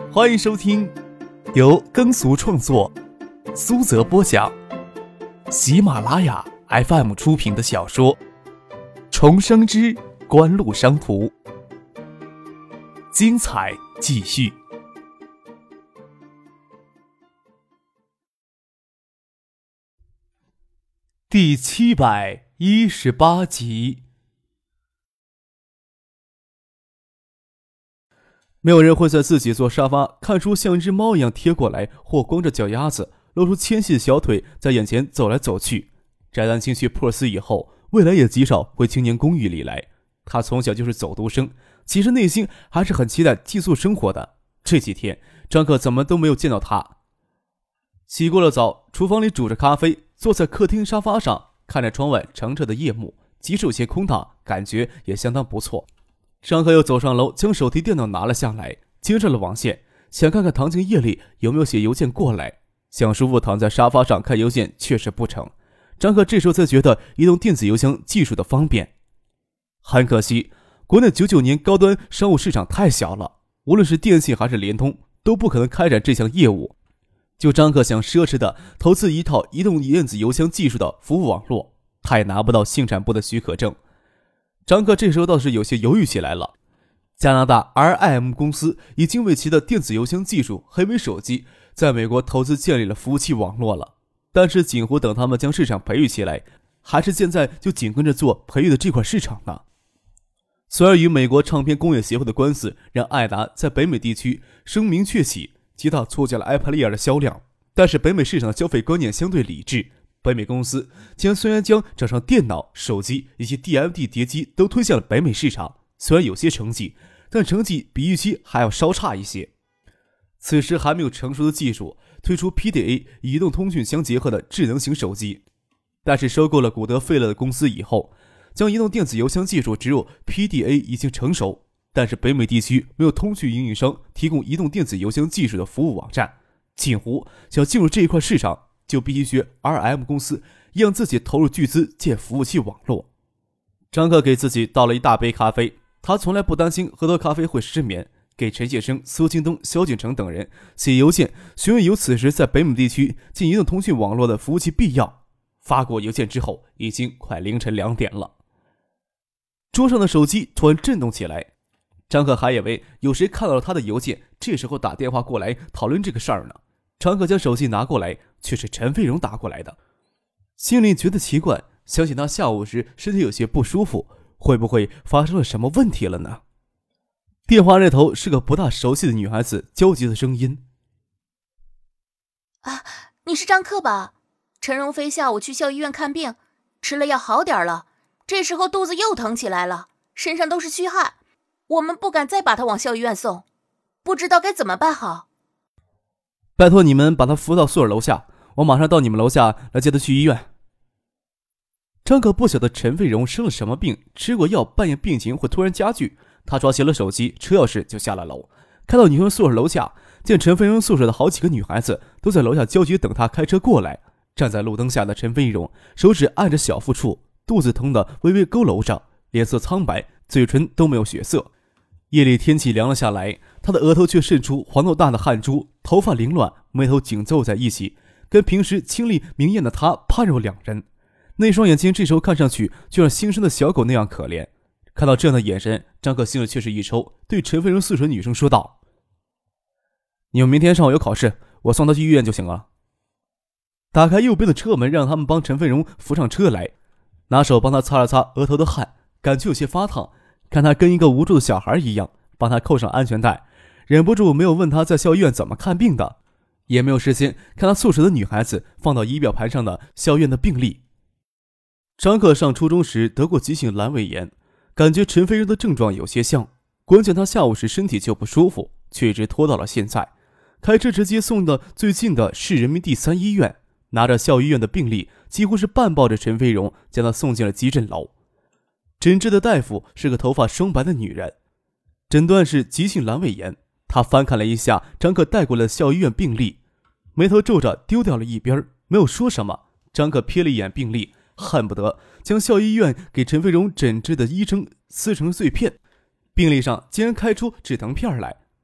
欢迎收听由耕俗创作、苏泽播讲、喜马拉雅 FM 出品的小说《重生之官路商途》，精彩继续。第718集。没有人会在自己坐沙发看出像一只猫一样贴过来，或光着脚丫子露出纤细的小腿在眼前走来走去。翟丹青去珀斯以后，未来也极少回青年公寓里来。他从小就是走读生，其实内心还是很期待寄宿生活的。这几天张克怎么都没有见到他。洗过了澡，厨房里煮着咖啡，坐在客厅沙发上，看着窗外澄澈的夜幕，即使有些空荡，感觉也相当不错。张克又走上楼，将手提电脑拿了下来，接上了网线，想看看唐静夜里有没有写邮件过来。想舒服躺在沙发上看邮件确实不成。张克这时候才觉得移动电子邮箱技术的方便。很可惜，国内99年高端商务市场太小了，无论是电信还是联通都不可能开展这项业务。就张克想奢侈的投资一套移动电子邮箱技术的服务网络，他也拿不到信产部的许可证。张克这时候倒是有些犹豫起来了。加拿大 RIM 公司已经为其的电子邮箱技术黑莓手机在美国投资建立了服务器网络了，但是锦湖等他们将市场培育起来，还是现在就紧跟着做培育的这块市场呢？虽然与美国唱片工业协会的官司让爱达在北美地区声名鹊起，极大促进了 iPad Air 的销量，但是北美市场的消费观念相对理智，北美公司虽然将掌上电脑、手机以及 DMD 碟机都推向了北美市场，虽然有些成绩，但成绩比预期还要稍差一些。此时还没有成熟的技术推出 PDA 与移动通讯相结合的智能型手机，但是收购了古德费勒的公司以后，将移动电子邮箱技术植入 PDA 已经成熟，但是北美地区没有通讯运营商提供移动电子邮箱技术的服务网站。锦湖想进入这一块市场，就必须学 RM 公司让自己投入巨资建服务器网络。张克给自己倒了一大杯咖啡，他从来不担心喝多咖啡会失眠，给陈谢生、苏京东、萧景成等人写邮件询问有此时在北美地区进移动通讯网络的服务器必要。发过邮件之后，已经快凌晨2点了。桌上的手机突然震动起来，张克还以为有谁看到了他的邮件，这时候打电话过来讨论这个事儿呢。张克将手机拿过来，却是陈飞荣打过来的。心里觉得奇怪，相信他下午时身体有些不舒服，会不会发生了什么问题了呢？电话那头是个不大熟悉的女孩子焦急的声音： 啊，你是张克吧？陈荣飞下午去校医院看病，吃了药好点了，这时候肚子又疼起来了，身上都是虚汗，我们不敢再把他往校医院送，不知道该怎么办好。 拜托你们把他扶到宿舍楼下，我马上到你们楼下来接他去医院。张可不晓得陈飞荣生了什么病，吃过药半夜病情会突然加剧。他抓起了手机、车钥匙就下了楼，看到女生宿舍楼下，见陈飞荣宿舍的好几个女孩子都在楼下焦急等他开车过来。站在路灯下的陈飞荣手指按着小腹处，肚子疼得微微佝偻着，脸色苍白，嘴唇都没有血色。夜里天气凉了下来，他的额头却渗出黄豆大的汗珠，头发凌乱，眉头紧皱在一起，跟平时清丽明艳的他判若两人。那双眼睛这时候看上去就像新生的小狗那样可怜。看到这样的眼神，张克心里却是一抽，对陈飞荣宿舍女生说道：你们明天上午有考试，我送她去医院就行了。打开右边的车门，让他们帮陈飞荣扶上车来，拿手帮他擦了擦额头的汗，感觉有些发烫，看他跟一个无助的小孩一样，帮他扣上安全带，忍不住没有问他在校医院怎么看病的，也没有事先看他宿舍的女孩子放到仪表盘上的校院的病历。张克上初中时得过急性阑尾炎，感觉陈飞荣的症状有些像，关键他下午时身体就不舒服，却一直拖到了现在。开车直接送到最近的市人民第3医院，拿着校医院的病历，几乎是半抱着陈飞荣将他送进了急诊楼。诊治的大夫是个头发双白的女人，诊断是急性阑尾炎。她翻看了一下张克带过来的校医院病历，眉头皱着丢掉了一边，没有说什么。张克瞥了一眼病历，恨不得将校医院给陈飞荣诊治的医生撕成碎片。病历上竟然开出止疼片来，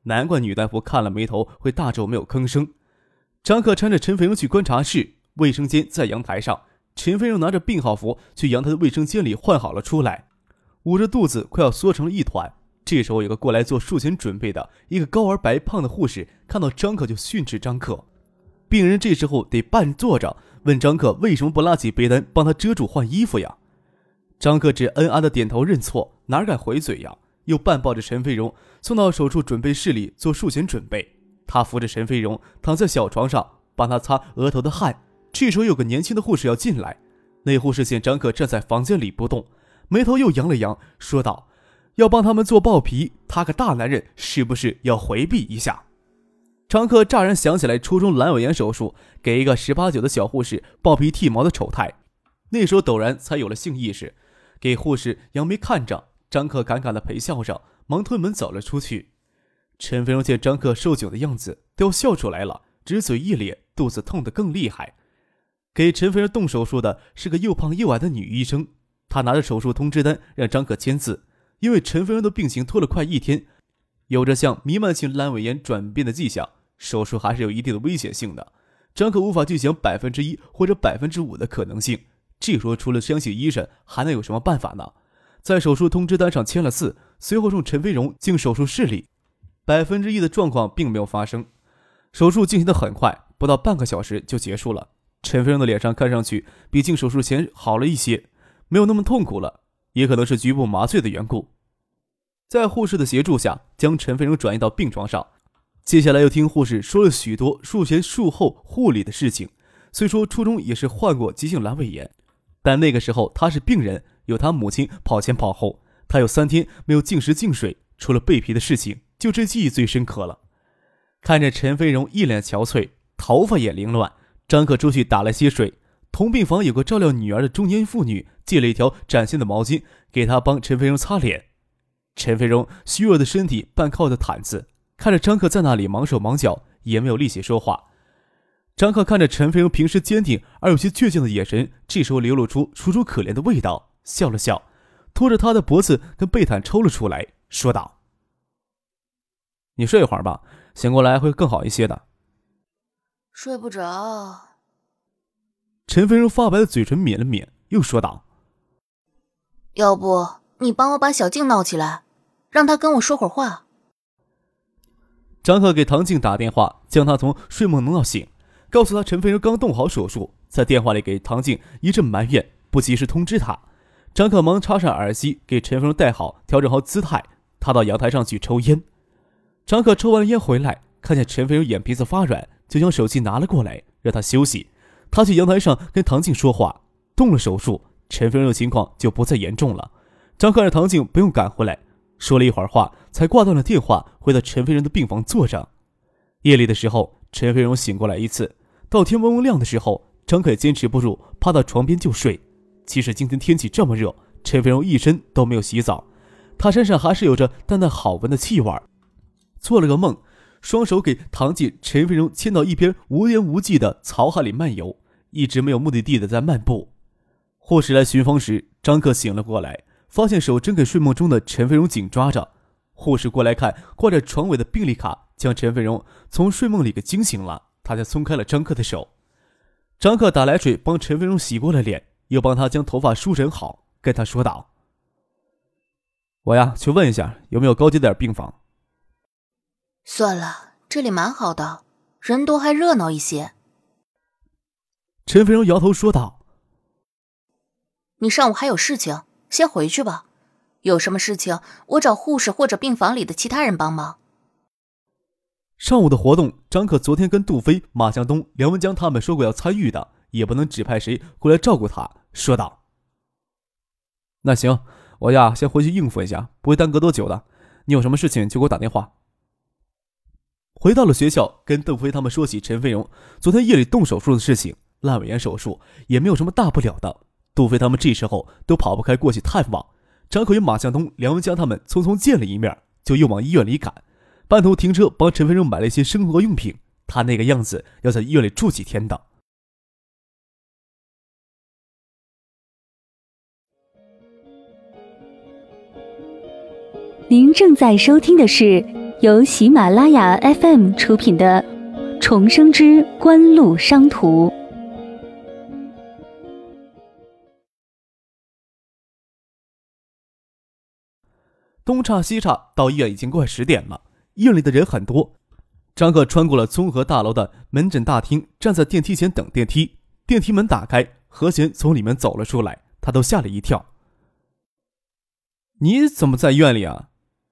难怪女大夫看了眉头会大皱，没有吭声。张克搀着陈飞荣去观察室，卫生间在阳台上，陈飞荣拿着病号服去阳台的卫生间里换好了出来，捂着肚子快要缩成了一团。这时候有个过来做术前准备的一个高而白胖的护士看到张克就训斥张克，病人这时候得半坐着，问张克为什么不拉起被单帮他遮住换衣服呀？张克只恩安的点头认错，哪敢回嘴呀？又半抱着陈飞荣送到手术准备室里做术前准备。他扶着陈飞荣躺在小床上，帮他擦额头的汗。这时候有个年轻的护士要进来，那护士见张克站在房间里不动，眉头又扬了扬，说道：要帮他们做爆皮，他个大男人是不是要回避一下？张克乍然想起来初中阑尾炎手术给一个18、19的小护士爆皮剃毛的丑态，那时候陡然才有了性意识，给护士扬眉看着。张克尴尬的陪笑上，忙推门走了出去。陈飞荣见张克受窘的样子，都要笑出来了，直嘴一咧，肚子痛得更厉害。给陈飞荣动手术的是个又胖又矮的女医生，她拿着手术通知单让张克签字，因为陈飞荣的病情拖了快1天，有着向弥漫性阑尾炎转变的迹象，手术还是有一定的危险性的。张克无法去想1%或者5%的可能性，这时候除了相信医生，还能有什么办法呢？在手术通知单上签了字，随后送陈飞荣进手术室里。1%的状况并没有发生，手术进行得很快，不到半个小时就结束了。陈飞荣的脸上看上去比进手术前好了一些，没有那么痛苦了，也可能是局部麻醉的缘故。在护士的协助下，将陈飞荣转移到病床上。接下来又听护士说了许多术前术后护理的事情。虽说初中也是患过急性阑尾炎，但那个时候他是病人，有他母亲跑前跑后，他有3天没有进食进水，除了背皮的事情，就这记忆最深刻了。看着陈飞荣一脸憔悴，头发也凌乱，张克出去打了些水。同病房有个照料女儿的中年妇女借了一条崭新的毛巾给他帮陈飞荣擦脸。陈飞荣虚弱的身体半靠着毯子，看着张克在那里忙手忙脚，也没有力气说话。张克看着陈飞荣平时坚定而有些倔强的眼神，这时候流露出楚楚可怜的味道，笑了笑，拖着他的脖子跟被毯抽了出来，说道：你睡一会儿吧，醒过来会更好一些的。 睡不着。 陈飞荣发白的嘴唇抿了抿，又说道： 要不你帮我把小静闹起来，让她跟我说会儿话。 张克给唐静打电话，将她从睡梦中闹醒，告诉她陈飞荣刚动好手术，在电话里给唐静一阵埋怨，不及时通知她。张克忙插上耳机，给陈飞荣戴好，调整好姿态，他到阳台上去抽烟。张克抽完烟回来，看见陈飞荣眼皮子发软，就将手机拿了过来，让他休息。他去阳台上跟唐静说话，动了手术，陈飞荣的情况就不再严重了。张克让唐静不用赶回来，说了一会儿话，才挂断了电话，回到陈飞荣的病房坐上。夜里的时候，陈飞荣醒过来一次，到天蒙蒙亮的时候，张克也坚持不住，趴到床边就睡。即使今天天气这么热，陈飞荣一身都没有洗澡，他身上还是有着淡淡好闻的气味。做了个梦，双手给唐静、陈飞荣牵到一边无边无际的草海里漫游，一直没有目的地的在漫步。护士来巡房时，张克醒了过来，发现手正给睡梦中的陈飞荣紧抓着。护士过来看挂在床尾的病历卡，将陈飞荣从睡梦里给惊醒了，他才松开了张克的手。张克打来水帮陈飞荣洗过了脸，又帮他将头发梳整好，跟他说道：我呀，去问一下有没有高级点病房。 算了，这里蛮好的，人多还热闹一些。 陈飞荣摇头说道： 你上午还有事情，先回去吧。有什么事情，我找护士或者病房里的其他人帮忙。 上午的活动，张克昨天跟杜飞、马向东、梁文江他们说过要参与的，也不能指派谁过来照顾他，说道：那行，我呀先回去应付一下，不会耽搁多久的。你有什么事情就给我打电话。回到了学校，跟邓飞他们说起陈飞荣昨天夜里动手术的事情，阑尾炎手术也没有什么大不了的。杜飞他们这时候都跑不开过去探望。张克与马向东、梁文江他们匆匆见了一面，就又往医院里赶。半途停车帮陈飞荣买了一些生活用品，他那个样子要在医院里住几天的。 您正在收听的是由喜马拉雅 FM 出品的《重生之官路商途》。 东岔西岔，到医院已经快10点了。医院里的人很多。张克穿过了综合大楼的门诊大厅，站在电梯前等电梯。电梯门打开，何贤从里面走了出来，他都吓了一跳。你怎么在医院里啊？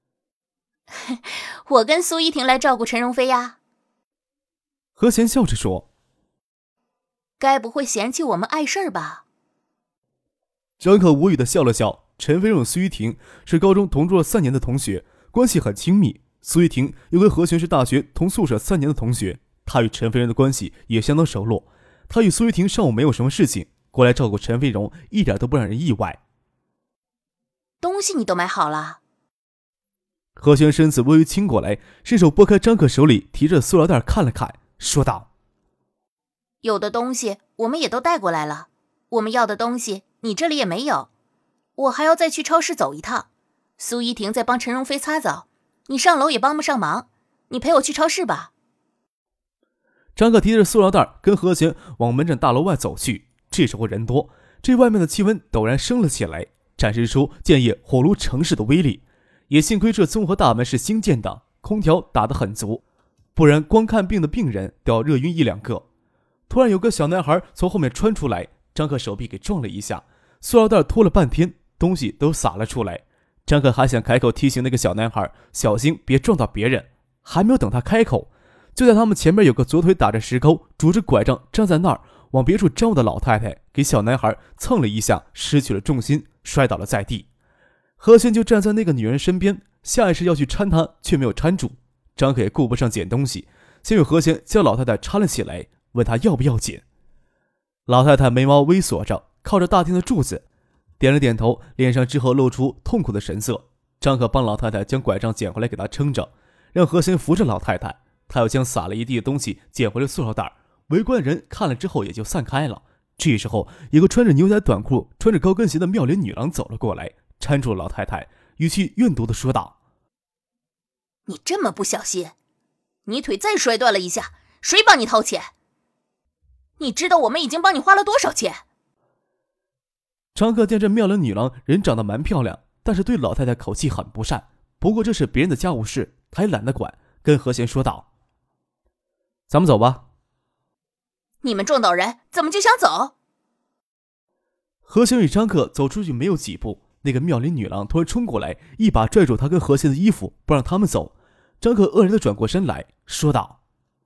我跟苏依婷来照顾陈荣飞呀。 何贤笑着说。 该不会嫌弃我们碍事儿吧？ 张克无语地笑了笑。陈飞荣和苏依婷是高中同住了3年的同学，关系很亲密。苏依婷又跟何璇是大学同宿舍3年的同学，他与陈飞荣的关系也相当熟络。他与苏依婷上午没有什么事情，过来照顾陈飞荣，一点都不让人意外。 东西你都买好了？ 何璇身子微微倾过来，伸手拨开张克手里提着的塑料袋看了看，说道： 有的东西我们也都带过来了，我们要的东西你这里也没有，我还要再去超市走一趟。苏依婷在帮陈荣飞擦澡，你上楼也帮不上忙，你陪我去超市吧。 张克提着塑料袋跟何贤往门诊大楼外走去。这时候人多，这外面的气温陡然升了起来，展示出建业火炉城市的威力。也幸亏这综合大门是新建的，空调打得很足，不然光看病的病人都要热晕1-2个。突然有个小男孩从后面穿出来，张克手臂给撞了一下，塑料袋拖了半天，东西都洒了出来。张克还想开口提醒那个小男孩小心别撞到别人，还没有等他开口，就在他们前面有个左腿打着石膏拄着拐杖站在那儿往别处张望的老太太给小男孩蹭了一下，失去了重心，摔倒了在地。何贤就站在那个女人身边，下意识要去搀她，却没有搀住。张克也顾不上捡东西，先与何贤将老太太搀了起来，问她要不要捡。老太太眉毛微锁着，靠着大厅的柱子，点了点头，脸上之后露出痛苦的神色。张克帮老太太将拐杖捡回来给她撑着，让何贤扶着老太太，他又将洒了一地的东西捡回了塑料袋。围观的人看了之后也就散开了。这时候有个穿着牛仔短裤穿着高跟鞋的妙龄女郎走了过来，搀住了老太太，语气怨毒地说道： 你这么不小心，你腿再摔断了一下，谁帮你掏钱？你知道我们已经帮你花了多少钱？ 张克见这妙龄女郎人长得蛮漂亮，但是对老太太口气很不善，不过这是别人的家务事，他也懒得管，跟何贤说道：咱们走吧。 你们撞倒人怎么就想走？ 何贤与张克走出去没有几步，那个妙龄女郎突然冲过来，一把拽住他跟何贤的衣服，不让他们走。张克愕然地转过身来说道：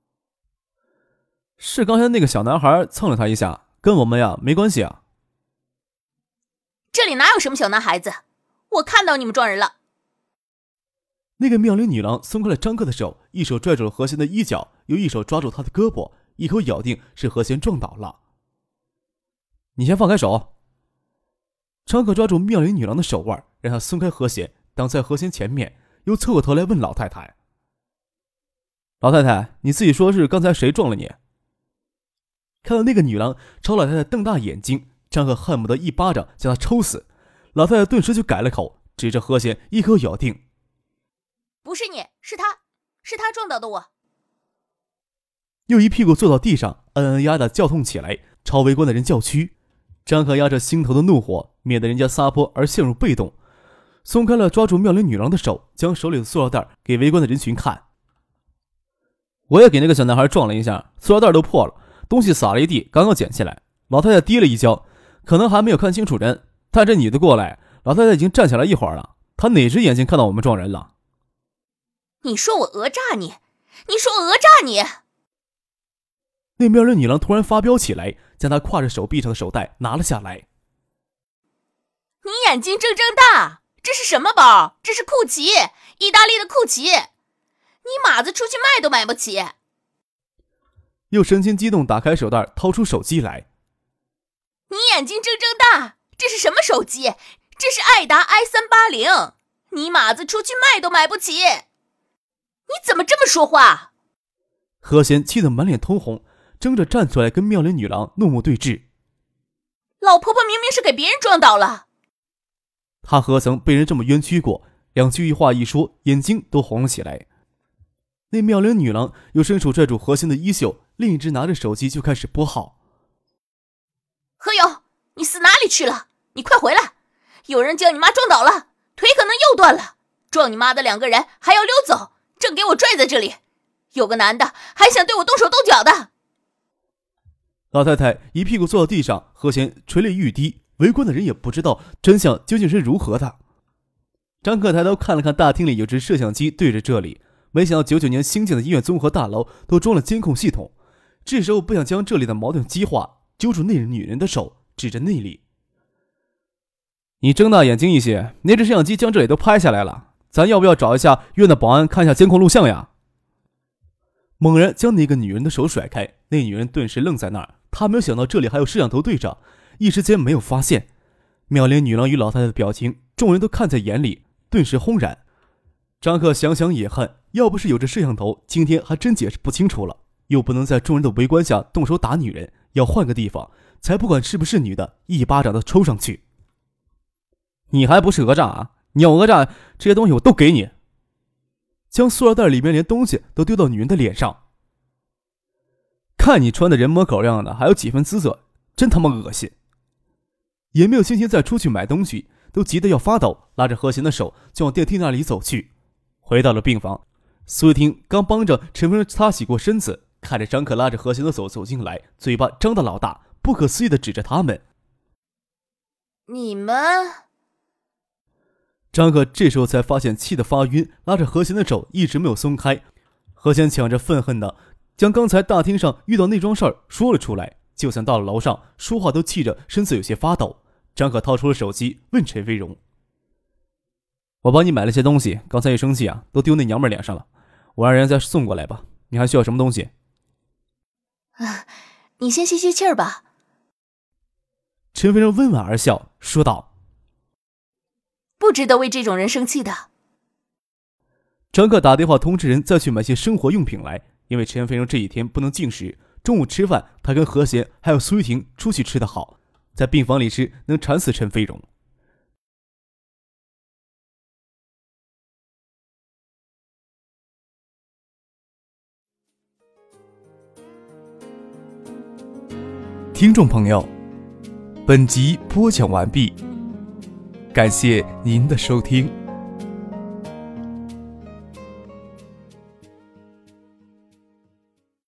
是刚才那个小男孩蹭了他一下，跟我们呀没关系啊。 这里哪有什么小男孩子，我看到你们撞人了。 那个妙龄女郎松开了张克的手，一手拽住了何贤的衣角，又一手抓住他的胳膊，一口咬定是何贤撞倒了。你先放开手。张克抓住妙龄女郎的手腕，让她松开何贤，挡在何贤前面，又侧过头来问老太太：老太太，你自己说是刚才谁撞了你？看到那个女郎朝老太太瞪大眼睛，张克恨不得一巴掌将她抽死。老太太顿时就改了口，指着何贤一口咬定： 不是你，是他撞倒的我。 又一屁股坐到地上，呀的叫痛起来，朝围观的人叫屈。张克压着心头的怒火，免得人家撒泼而陷入被动，松开了抓住妙龄女郎的手，将手里的塑料袋给围观的人群看。我也给那个小男孩撞了一下，塑料袋都破了，东西洒了一地，刚刚捡起来。老太太跌了一跤，可能还没有看清楚人，但这女的过来，老太太已经站起来一会儿了，她哪只眼睛看到我们撞人了？ 你说我讹诈你？你说讹诈你？ 那妙龄女郎突然发飙起来，将她挎着手臂上的手袋拿了下来。 你眼睛睁睁大，这是什么包？这是库奇，意大利的库奇，你马子出去卖都买不起。 又神情激动，打开手袋掏出手机来。 你眼睛睁睁大，这是什么手机？这是爱达 i380，你马子出去卖都买不起。你怎么这么说话？ 何贤气得满脸通红，争着站出来跟妙龄女郎怒目对峙。 老婆婆明明是给别人撞倒了。 她何曾被人这么冤屈过？两句话一说，眼睛都红了起来。 那妙龄女郎又伸手拽住何贤的衣袖，另一只拿着手机就开始拨号。 何勇，你死哪里去了？你快回来！有人将你妈撞倒了，腿可能又断了。撞你妈的2个人还要溜走，正给我拽在这里。有个男的还想对我动手动脚的。 老太太一屁股坐到地上，何贤垂泪欲滴，围观的人也不知道真相究竟是如何的。张克抬头看了看大厅里有只摄像机对着这里，没想到99年新建的医院综合大楼都装了监控系统。这时候不想将这里的矛盾激化，揪住那女人的手，指着那里：“你睁大眼睛一些，那只摄像机将这里都拍下来了，咱要不要找一下医院的保安看一下监控录像呀？”猛然将那个女人的手甩开，那女人顿时愣在那儿，她没有想到这里还有摄像头对着，一时间没有发现。妙龄女郎与老太太的表情，众人都看在眼里，顿时轰然。张克想想也恨，要不是有着摄像头，今天还真解释不清楚了。又不能在众人的围观下动手打女人，要换个地方，才不管是不是女的，一巴掌的抽上去。你还不是讹诈啊？你要讹诈，这些东西我都给你。将塑料袋里面连东西都丢到女人的脸上。看你穿的人模狗样的，还有几分姿色，真他妈恶心。也没有心情再出去买东西，都急得要发抖，拉着何贤的手就往电梯那里走去。回到了病房，苏玉婷刚帮着陈飞擦洗过身子，看着张克拉着何贤的手走进来，嘴巴张得老大，不可思议地指着他们：“ 你们……” 张克这时候才发现气得发晕，拉着何贤的手一直没有松开。何贤抢着愤恨地将刚才大厅上遇到那桩事儿说了出来，就算到了楼上，说话都气着身子有些发抖。张可掏出了手机，问陈飞荣：“我帮你买了些东西，刚才一生气啊，都丢那娘们脸上了，我让人再送过来吧。你还需要什么东西？”“ 你先吸吸气儿吧。” 陈飞荣温婉而笑，说道：“ 不值得为这种人生气的。” 张克打电话通知人再去买些生活用品来，因为陈飞荣这一天不能进食，中午吃饭他跟何贤还有苏玉婷出去吃得好，在病房里吃能馋死陈飞荣。听众朋友，本集播讲完毕，感谢您的收听。